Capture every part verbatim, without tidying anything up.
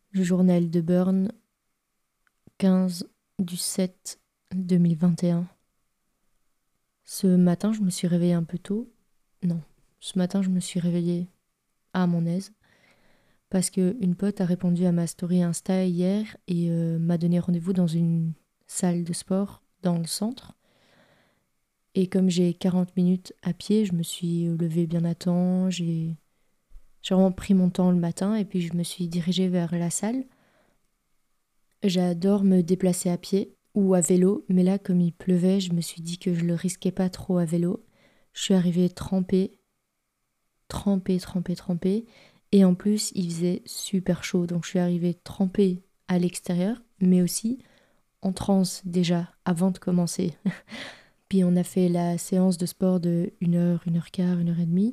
Le journal de Burn, quinze du sept deux mille vingt et un. Ce matin, je me suis réveillée un peu tôt. Non, ce matin, je me suis réveillée à mon aise parce qu'une pote a répondu à ma story Insta hier et euh, m'a donné rendez-vous dans une salle de sport dans le centre. Et comme j'ai quarante minutes à pied, je me suis levée bien à temps, j'ai j'ai vraiment pris mon temps le matin et puis je me suis dirigée vers la salle. J'adore me déplacer à pied ou à vélo, mais là, comme il pleuvait, je me suis dit que je le risquais pas trop à vélo. Je suis arrivée trempée, trempée, trempée, trempée. Et en plus, il faisait super chaud. Donc, je suis arrivée trempée à l'extérieur, mais aussi en transe déjà, avant de commencer. Puis, on a fait la séance de sport de une heure, une heure quart, une heure et demie,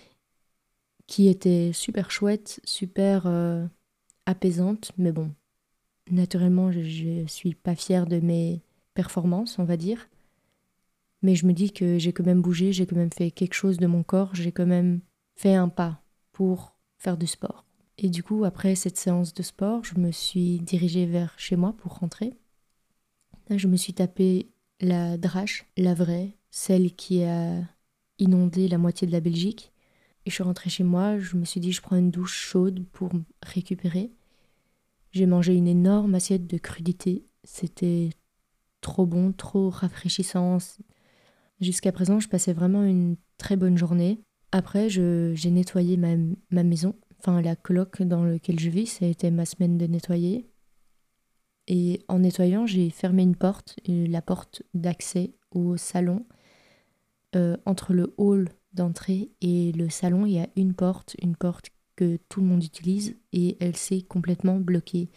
qui était super chouette, super euh, apaisante. Mais bon, naturellement, je, je suis pas fière de mes performances, on va dire. Mais je me dis que j'ai quand même bougé, j'ai quand même fait quelque chose de mon corps, j'ai quand même fait un pas pour faire du sport. Et du coup, après cette séance de sport, je me suis dirigée vers chez moi pour rentrer. Là, je me suis tapé la drache, la vraie, celle qui a inondé la moitié de la Belgique. Et je suis rentrée chez moi, je me suis dit je prends une douche chaude pour récupérer. J'ai mangé une énorme assiette de crudités. C'était trop bon, trop rafraîchissant. Jusqu'à présent, je passais vraiment une très bonne journée. Après, je, j'ai nettoyé ma, ma maison, enfin la coloc dans laquelle je vis, ça a été ma semaine de nettoyer. Et en nettoyant, j'ai fermé une porte, euh, la porte d'accès au salon. Euh, entre le hall d'entrée et le salon, il y a une porte, une porte que tout le monde utilise et elle s'est complètement bloquée.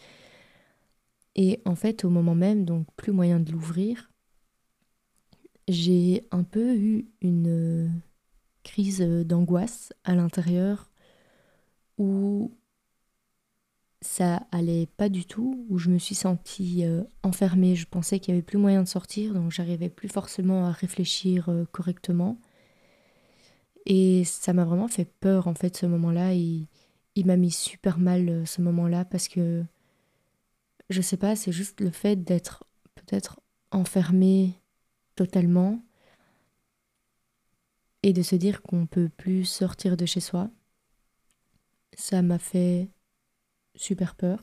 Et en fait, au moment même, donc plus moyen de l'ouvrir, j'ai un peu eu une crise d'angoisse à l'intérieur où ça allait pas du tout, où je me suis sentie euh, enfermée. Je pensais qu'il y avait plus moyen de sortir, donc j'arrivais plus forcément à réfléchir euh, correctement. Et ça m'a vraiment fait peur en fait ce moment-là. Il, il m'a mis super mal euh, ce moment-là parce que je sais pas, c'est juste le fait d'être peut-être enfermé totalement et de se dire qu'on peut plus sortir de chez soi. Ça m'a fait super peur.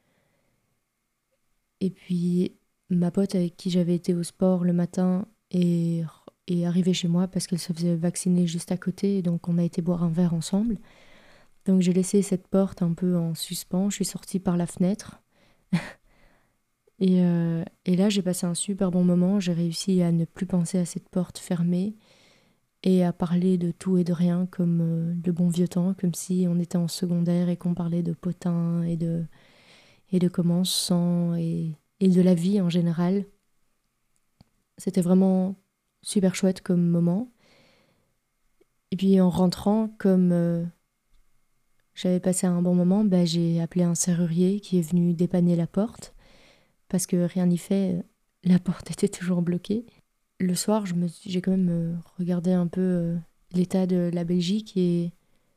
Et puis ma pote avec qui j'avais été au sport le matin est, est arrivée chez moi parce qu'elle se faisait vacciner juste à côté, et donc on a été boire un verre ensemble. Donc j'ai laissé cette porte un peu en suspens, je suis sortie par la fenêtre. Et, euh, et là j'ai passé un super bon moment, j'ai réussi à ne plus penser à cette porte fermée et à parler de tout et de rien comme euh, le bon vieux temps, comme si on était en secondaire et qu'on parlait de potins et de, et de comment on se sent et, et de la vie en général. C'était vraiment super chouette comme moment. Et puis en rentrant, comme euh, j'avais passé un bon moment, bah, j'ai appelé un serrurier qui est venu dépanner la porte parce que rien n'y fait, la porte était toujours bloquée. Le soir, je me suis- j'ai quand même euh, regardé un peu euh, l'état de la Belgique et,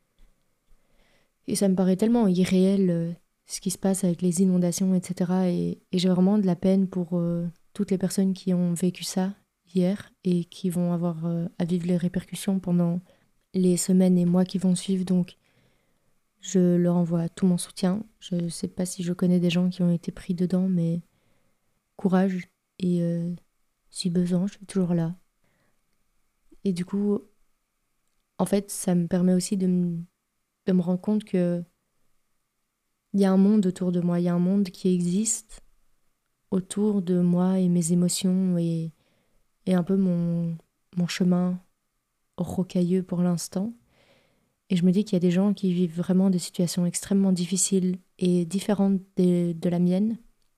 et ça me paraît tellement irréel euh, ce qui se passe avec les inondations, et cetera. Et, et j'ai vraiment de la peine pour euh, toutes les personnes qui ont vécu ça hier et qui vont avoir euh, à vivre les répercussions pendant les semaines et mois qui vont suivre. Donc, je leur envoie tout mon soutien. Je ne sais pas si je connais des gens qui ont été pris dedans, mais courage. Et euh, si besoin, je suis toujours là. Et du coup, en fait, ça me permet aussi de me, de me rendre compte que il y a un monde autour de moi, il y a un monde qui existe autour de moi et mes émotions et, et un peu mon, mon chemin rocailleux pour l'instant. Et je me dis qu'il y a des gens qui vivent vraiment des situations extrêmement difficiles et différentes de, de la mienne.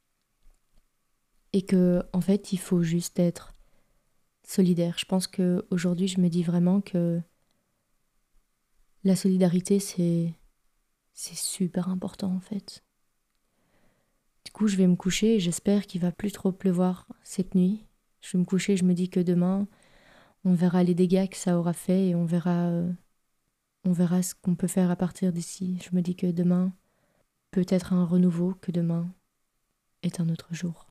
Et que, en fait, il faut juste être solidaire. Je pense qu'aujourd'hui, je me dis vraiment que la solidarité, c'est, c'est super important, en fait. Du coup, je vais me coucher et j'espère qu'il va plus trop pleuvoir cette nuit. Je vais me coucher et je me dis que demain, on verra les dégâts que ça aura fait et on verra, euh, on verra ce qu'on peut faire à partir d'ici. Je me dis que demain, peut-être un renouveau, que demain est un autre jour.